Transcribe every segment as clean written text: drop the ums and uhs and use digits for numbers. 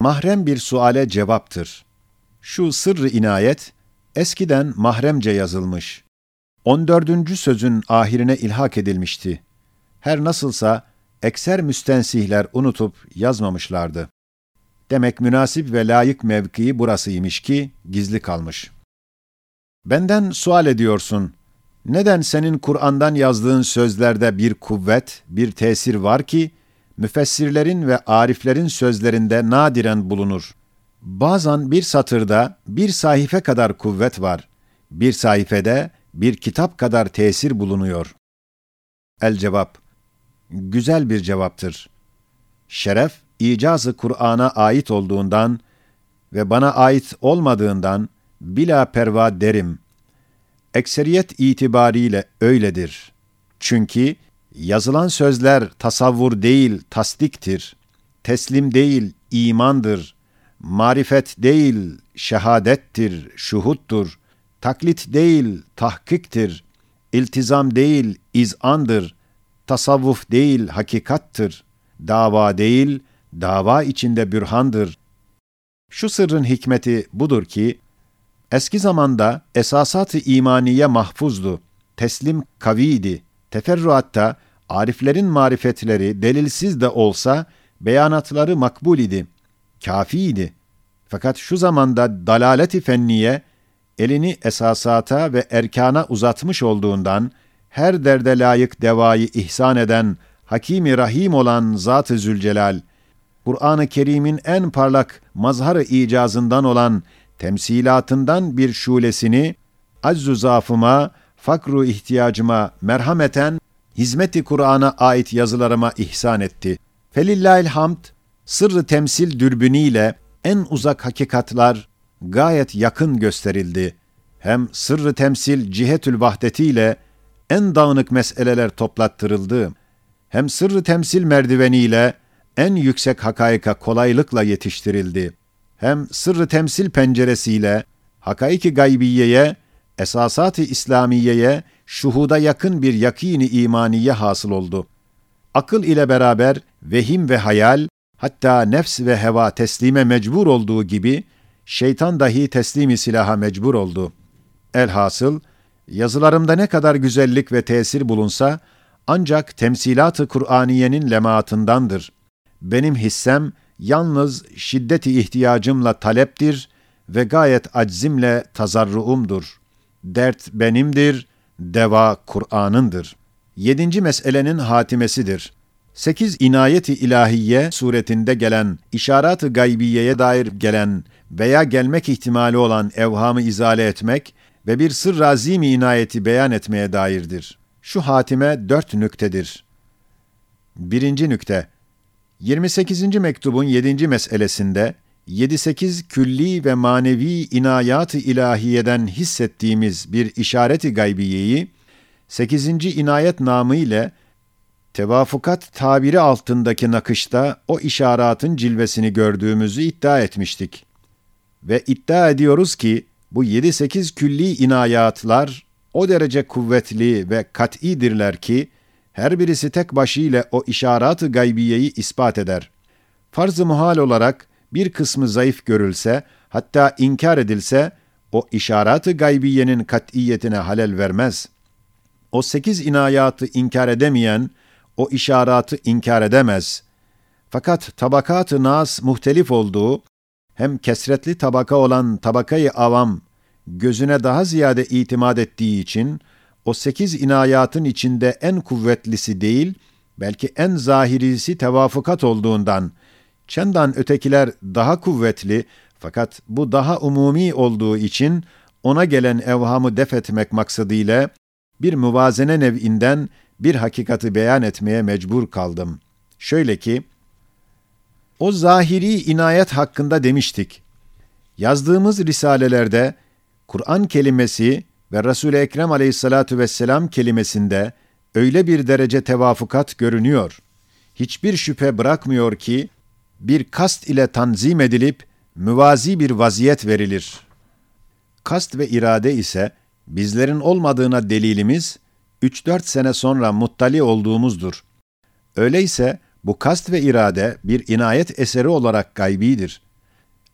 Mahrem bir suale cevaptır. Şu sırrı inayet, eskiden mahremce yazılmış. 14. sözün ahirine ilhak edilmişti. Her nasılsa ekser müstensihler unutup yazmamışlardı. Demek münasip ve layık mevkii burasıymış ki gizli kalmış. Benden sual ediyorsun. Neden senin Kur'an'dan yazdığın sözlerde bir kuvvet, bir tesir var ki, müfessirlerin ve ariflerin sözlerinde nadiren bulunur? Bazen bir satırda bir sayfe kadar kuvvet var, bir sayfede bir kitap kadar tesir bulunuyor. El cevap, güzel bir cevaptır. Şeref, icazı Kur'an'a ait olduğundan ve bana ait olmadığından bila perva derim. Ekseriyet itibariyle öyledir. Çünkü yazılan sözler tasavvur değil, tasdiktir. Teslim değil, imandır. Marifet değil, şehadettir, şuhuttur. Taklit değil, tahkiktir. İltizam değil, izandır. Tasavvuf değil, hakikattır. Dava değil, dava içinde bürhandır. Şu sırrın hikmeti budur ki, eski zamanda esasat-ı imaniye mahfuzdu, teslim kaviydi, teferruatta ariflerin marifetleri delilsiz de olsa beyanatları makbul idi, kâfiydi. Fakat şu zamanda dalalet-i fenniye elini esasata ve erkana uzatmış olduğundan her derde layık devayı ihsan eden, Hakim-i Rahim olan Zat-ı Zülcelal, Kur'an-ı Kerim'in en parlak mazhar-ı icazından olan temsilatından bir şulesini acz-ı zaafıma, fakru ihtiyacıma merhameten hizmet-i Kur'an'a ait yazılarıma ihsan etti. Felillahil hamd, sırrı temsil dürbünüyle en uzak hakikatlar gayet yakın gösterildi. Hem sırrı temsil cihetül vahdetiyle en dağınık meseleler toplattırıldı. Hem sırrı temsil merdiveniyle en yüksek hakaika kolaylıkla yetiştirildi. Hem sırrı temsil penceresiyle hakaiki gaybiyeye, esasat-ı İslamiye'ye, şuhuda yakın bir yakîn-i imaniye hasıl oldu. Akıl ile beraber vehim ve hayal, hatta nefs ve heva teslime mecbur olduğu gibi, şeytan dahi teslimi silaha mecbur oldu. Elhasıl, yazılarımda ne kadar güzellik ve tesir bulunsa, ancak temsilat-ı Kur'aniyenin lemaatındandır. Benim hissem, yalnız şiddeti ihtiyacımla taleptir ve gayet aczimle tazarruumdur. Dert benimdir, deva Kur'an'ındır. 7. meselenin hatimesidir. 8 inayet-i ilahiye suretinde gelen, işaret-i gaybiyeye dair gelen veya gelmek ihtimali olan evhamı izale etmek ve bir sırr-ı azim-i inayeti beyan etmeye dairdir. Şu hatime 4 nüktedir. 1. nükte, 28. mektubun 7. meselesinde 7-8 külli ve manevi inayat-ı ilahiyeden hissettiğimiz bir işaret-i gaybiyeyi 8. inayet namı ile tevafukat tabiri altındaki nakışta o işaratın cilvesini gördüğümüzü iddia etmiştik. Ve iddia ediyoruz ki bu 7-8 külli inayatlar o derece kuvvetli ve kat'idirler ki her birisi tek başıyla o işaret-i gaybiyeyi ispat eder. Farz-ı muhal olarak bir kısmı zayıf görülse, hatta inkar edilse, o işaret-i gaybiyenin kat'iyetine halel vermez. O 8 inayatı inkar edemeyen, o işaretı inkar edemez. Fakat tabakat-ı nas muhtelif olduğu, hem kesretli tabaka olan tabakayı avam, gözüne daha ziyade itimat ettiği için, o 8 inayatın içinde en kuvvetlisi değil, belki en zahirisi tevafukat olduğundan, çendan ötekiler daha kuvvetli, fakat bu daha umumi olduğu için, ona gelen evhamı def etmek maksadıyla, bir muvazene nev'inden bir hakikati beyan etmeye mecbur kaldım. Şöyle ki, o zahiri inayet hakkında demiştik. Yazdığımız risalelerde, Kur'an kelimesi ve Resul-i Ekrem aleyhissalatu vesselam kelimesinde öyle bir derece tevafukat görünüyor. Hiçbir şüphe bırakmıyor ki, bir kast ile tanzim edilip, müvazi bir vaziyet verilir. Kast ve irade ise, bizlerin olmadığına delilimiz, 3-4 sene sonra muttali olduğumuzdur. Öyleyse, bu kast ve irade bir inayet eseri olarak gaybidir.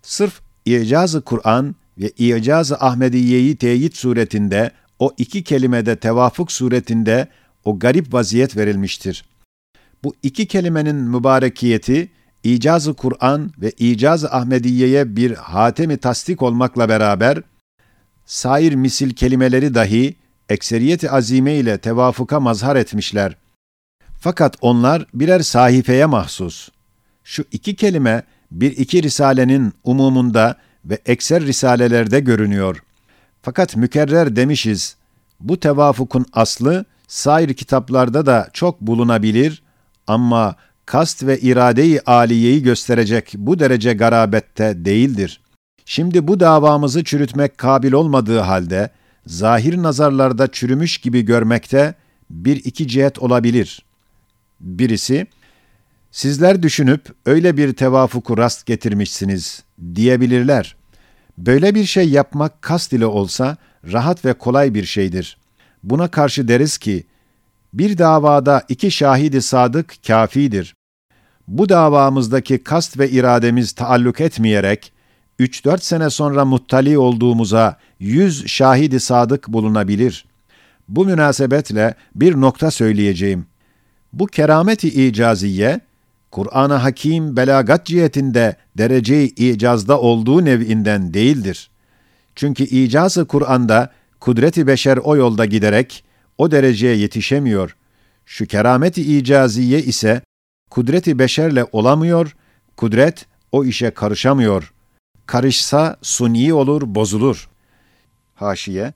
Sırf İcaz-ı Kur'an ve İcaz-ı Ahmediye'yi teyit suretinde, o iki kelimede tevafuk suretinde o garip vaziyet verilmiştir. Bu iki kelimenin mübarekiyeti, İcaz-ı Kur'an ve İcaz-ı Ahmediye'ye bir hatemi tasdik olmakla beraber, sair misil kelimeleri dahi ekseriyeti azime ile tevafuka mazhar etmişler. Fakat onlar birer sahifeye mahsus. Şu iki kelime bir iki risalenin umumunda ve ekser risalelerde görünüyor. Fakat mükerrer demişiz, bu tevafukun aslı sair kitaplarda da çok bulunabilir ama kast ve irade-i âliyeyi gösterecek bu derece garabette değildir. Şimdi bu davamızı çürütmek kabil olmadığı halde, zahir nazarlarda çürümüş gibi görmekte bir iki cihet olabilir. Birisi, sizler düşünüp öyle bir tevafuku rast getirmişsiniz diyebilirler. Böyle bir şey yapmak kast ile olsa rahat ve kolay bir şeydir. Buna karşı deriz ki, bir davada iki şahidi sadık kâfidir. Bu davamızdaki kast ve irademiz taalluk etmeyerek, 3-4 sene sonra muttali olduğumuza 100 şahidi sadık bulunabilir. Bu münasebetle bir nokta söyleyeceğim. Bu kerameti icaziye, Kur'an-ı Hakim belagat cihetinde derece-i icazda olduğu nev'inden değildir. Çünkü icaz-ı Kur'an'da kudret-i beşer o yolda giderek o dereceye yetişemiyor. Şu kerameti icaziye ise kudret-i beşerle olamıyor, kudret o işe karışamıyor. Karışsa suni olur, bozulur. Haşiye,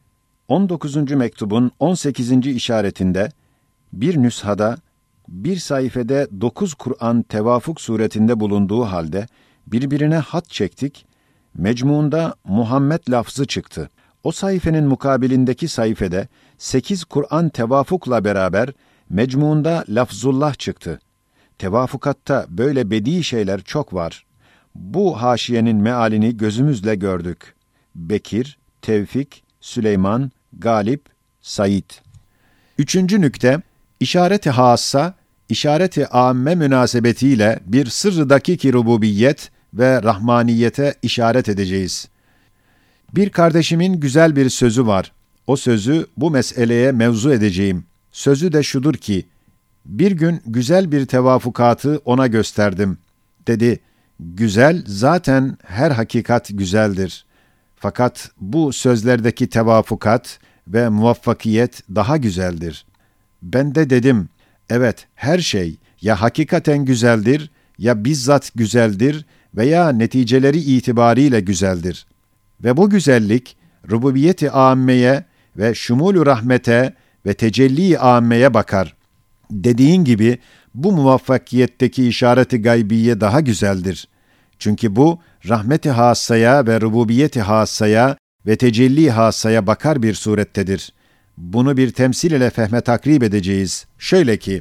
19. mektubun 18. işaretinde bir nüshada bir sayfede 9 Kur'an tevafuk suretinde bulunduğu halde birbirine hat çektik, mecmuunda Muhammed lafzı çıktı. O sayfenin mukabilindeki sayfede 8 Kur'an tevafukla beraber mecmuunda lafzullah çıktı. Tevafukatta böyle bedi şeyler çok var. Bu haşiyenin mealini gözümüzle gördük. Bekir, Tevfik, Süleyman, Galip, Said. 3. nükte, işaret-i hassa, işaret-i âmme münasebetiyle bir sırrı dakiki rububiyet ve rahmaniyete işaret edeceğiz. Bir kardeşimin güzel bir sözü var. O sözü bu meseleye mevzu edeceğim. Sözü de şudur ki, bir gün güzel bir tevafukatı ona gösterdim. Dedi, güzel zaten her hakikat güzeldir. Fakat bu sözlerdeki tevafukat ve muvaffakiyet daha güzeldir. Ben de dedim, evet her şey ya hakikaten güzeldir, ya bizzat güzeldir veya neticeleri itibariyle güzeldir. Ve bu güzellik, rububiyet-i âmmeye ve şumul-u rahmete ve tecelli-i âmmeye bakar. Dediğin gibi bu muvaffakiyetteki işaret-i gaybiye daha güzeldir. Çünkü bu rahmet-i hassaya ve rububiyet-i hassaya ve tecelli-i hassaya bakar bir surettedir. Bunu bir temsil ile fehme takrib edeceğiz. Şöyle ki,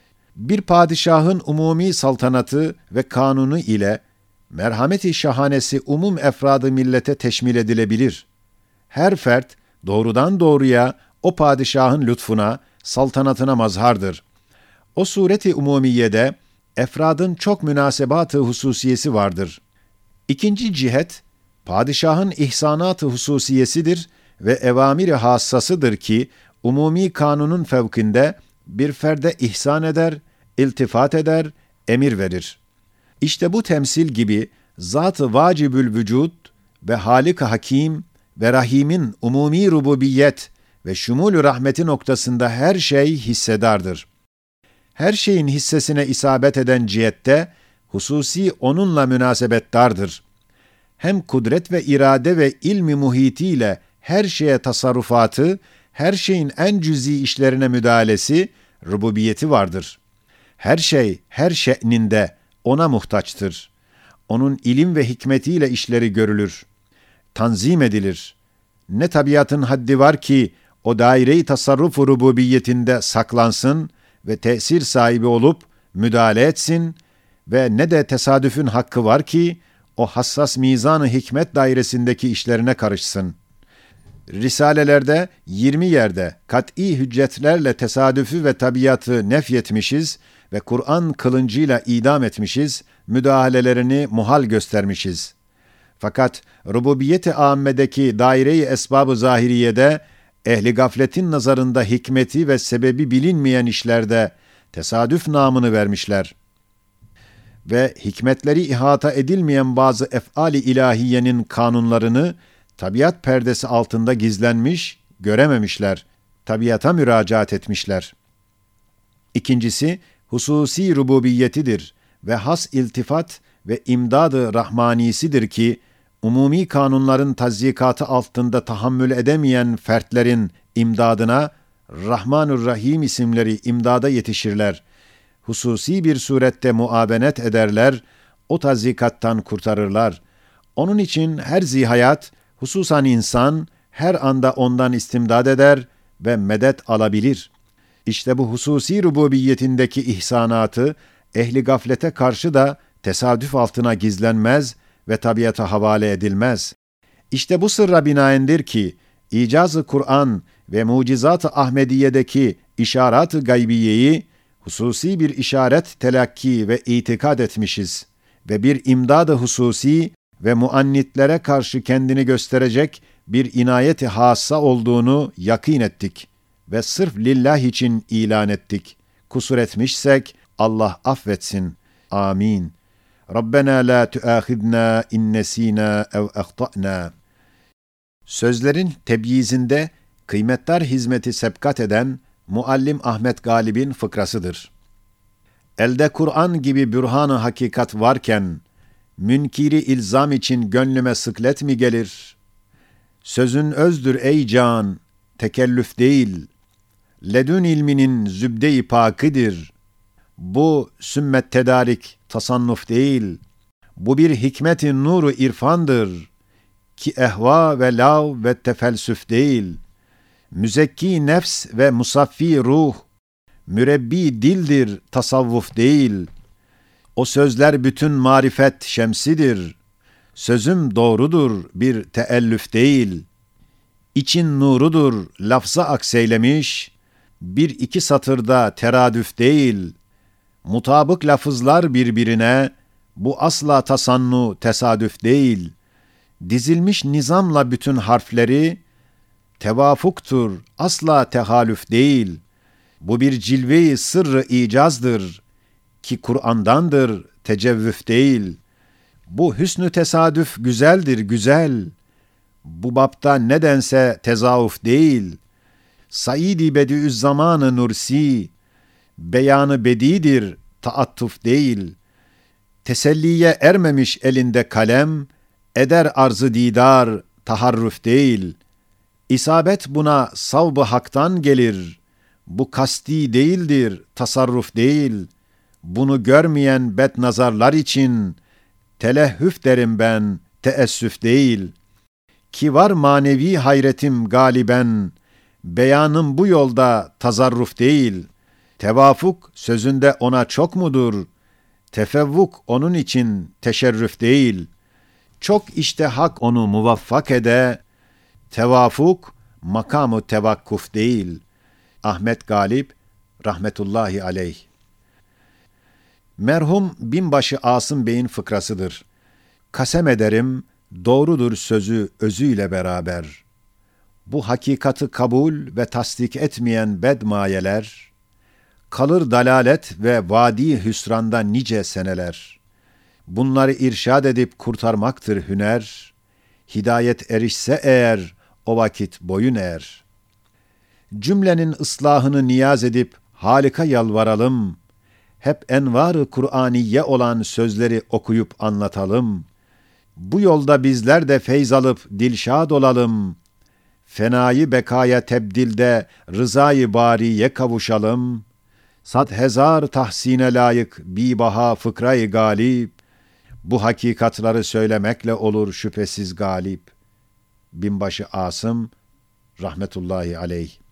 bir padişahın umumi saltanatı ve kanunu ile merhamet-i şahanesi umum efradı millete teşmil edilebilir. Her fert doğrudan doğruya o padişahın lütfuna, saltanatına mazhardır. O sureti umumiyede efradın çok münasebat-ı hususiyesi vardır. İkinci cihet, padişahın ihsanat-ı hususiyesidir ve evamir-i hassasıdır ki, umumi kanunun fevkinde bir ferde ihsan eder, iltifat eder, emir verir. İşte bu temsil gibi zat-ı vacibül vücud ve Halik-i Hakim ve Rahim'in umumi rububiyet ve şumul-ü rahmeti noktasında her şey hissedardır. Her şeyin hissesine isabet eden cihette hususi onunla münasebettardır. Hem kudret ve irade ve ilmi muhitiyle her şeye tasarrufatı, her şeyin en cüz'i işlerine müdahalesi, rububiyeti vardır. Her şey, her şe'ninde ona muhtaçtır. Onun ilim ve hikmetiyle işleri görülür. Tanzim edilir. Ne tabiatın haddi var ki, o daire-i tasarruf-u rububiyetinde saklansın ve tesir sahibi olup müdahale etsin ve ne de tesadüfün hakkı var ki, o hassas mizan-ı hikmet dairesindeki işlerine karışsın. Risalelerde 20 yerde kat'î hüccetlerle tesadüfü ve tabiatı nefyetmişiz ve Kur'an kılıncıyla idam etmişiz, müdahalelerini muhal göstermişiz. Fakat rububiyet-i âmmedeki daire-i esbab-ı zahiriyede, ehli gafletin nazarında hikmeti ve sebebi bilinmeyen işlerde tesadüf namını vermişler. Ve hikmetleri ihata edilmeyen bazı ef'al-i ilahiyenin kanunlarını tabiat perdesi altında gizlenmiş, görememişler, tabiata müracaat etmişler. İkincisi, hususi rububiyetidir ve has iltifat ve imdad-ı rahmanisidir ki, umumi kanunların tazyikatı altında tahammül edemeyen fertlerin imdadına Rahmanur Rahim isimleri imdada yetişirler. Hususi bir surette muavenet ederler, o tazyikattan kurtarırlar. Onun için her zihayat, hususan insan, her anda ondan istimdad eder ve medet alabilir. İşte bu hususi rububiyetindeki ihsanatı, ehli gaflete karşı da tesadüf altına gizlenmez ve tabiata havale edilmez. İşte bu sırra binaendir ki, icaz-ı Kur'an ve mucizat-ı Ahmediye'deki işarat-ı gaybiyeyi, hususi bir işaret telakki ve itikad etmişiz ve bir imdad-ı hususi ve muannitlere karşı kendini gösterecek bir inayet-i hassa olduğunu yakîn ettik ve sırf lillah için ilan ettik. Kusur etmişsek Allah affetsin. Amin. Rabbena la tuâkhidna in nesînâ ev ahta'nâ. Sözlerin tebyizinde kıymetdar hizmeti sebkat eden Muallim Ahmet Galib'in fıkrasıdır. Elde Kur'an gibi bürhan-ı hakikat varken, münkiri ilzam için gönlüme sıklet mi gelir? Sözün özdür ey can, tekellüf değil, ledün ilminin zübde-i pakidir. Bu sümmet tedarik, tasannuf değil, bu bir hikmet-i nuru irfandır, ki ehva ve lav ve tefelsüf değil. Müzekki nefs ve musaffi ruh, mürebbi dildir, tasavvuf değil. O sözler bütün marifet şemsidir. Sözüm doğrudur, bir teellüf değil. İçin nurudur, lafza akseylemiş, bir iki satırda teradüf değil. Mutabık lafızlar birbirine, bu asla tasannu, tesadüf değil. Dizilmiş nizamla bütün harfleri, tevafuktur, asla tehalüf değil. Bu bir cilve-i sırrı icazdır, ki Kur'an'dandır, tecevvüf değil. Bu hüsnü tesadüf güzeldir, güzel. Bu bapta nedense tezavuf değil. Said-i Bediüzzaman-ı Nursi, beyanı bedidir, taattuf değil. Teselliye ermemiş elinde kalem, eder arzı didar, taharruf değil. İsabet buna savb-ı haktan gelir. Bu kasti değildir, tasarruf değil. Bunu görmeyen bednazarlar için telehhüf derim ben, teessüf değil. Ki var manevi hayretim galiben, beyanım bu yolda tazarruf değil. Tevafuk sözünde ona çok mudur? Tefevvuk onun için teşerrüf değil. Çok işte hak onu muvaffak ede, tevafuk makamı tevakkuf değil. Ahmet Galip rahmetullahi aleyh. Merhum Binbaşı Asım Bey'in fıkrasıdır. Kasem ederim, doğrudur sözü özüyle beraber. Bu hakikati kabul ve tasdik etmeyen bedmayeler, kalır dalalet ve vadi hüsranda nice seneler. Bunları irşad edip kurtarmaktır hüner, hidayet erişse eğer, o vakit boyun eğer. Cümlenin ıslahını niyaz edip Halik'a yalvaralım, hep envar-ı Kur'aniye olan sözleri okuyup anlatalım. Bu yolda bizler de feyz alıp dilşad olalım. Fenayı bekaya tebdilde rızayı bariye kavuşalım. Sad hezar tahsine layık bibaha fıkrayı galip. Bu hakikatları söylemekle olur şüphesiz galip. Binbaşı Asım rahmetullahi aleyh.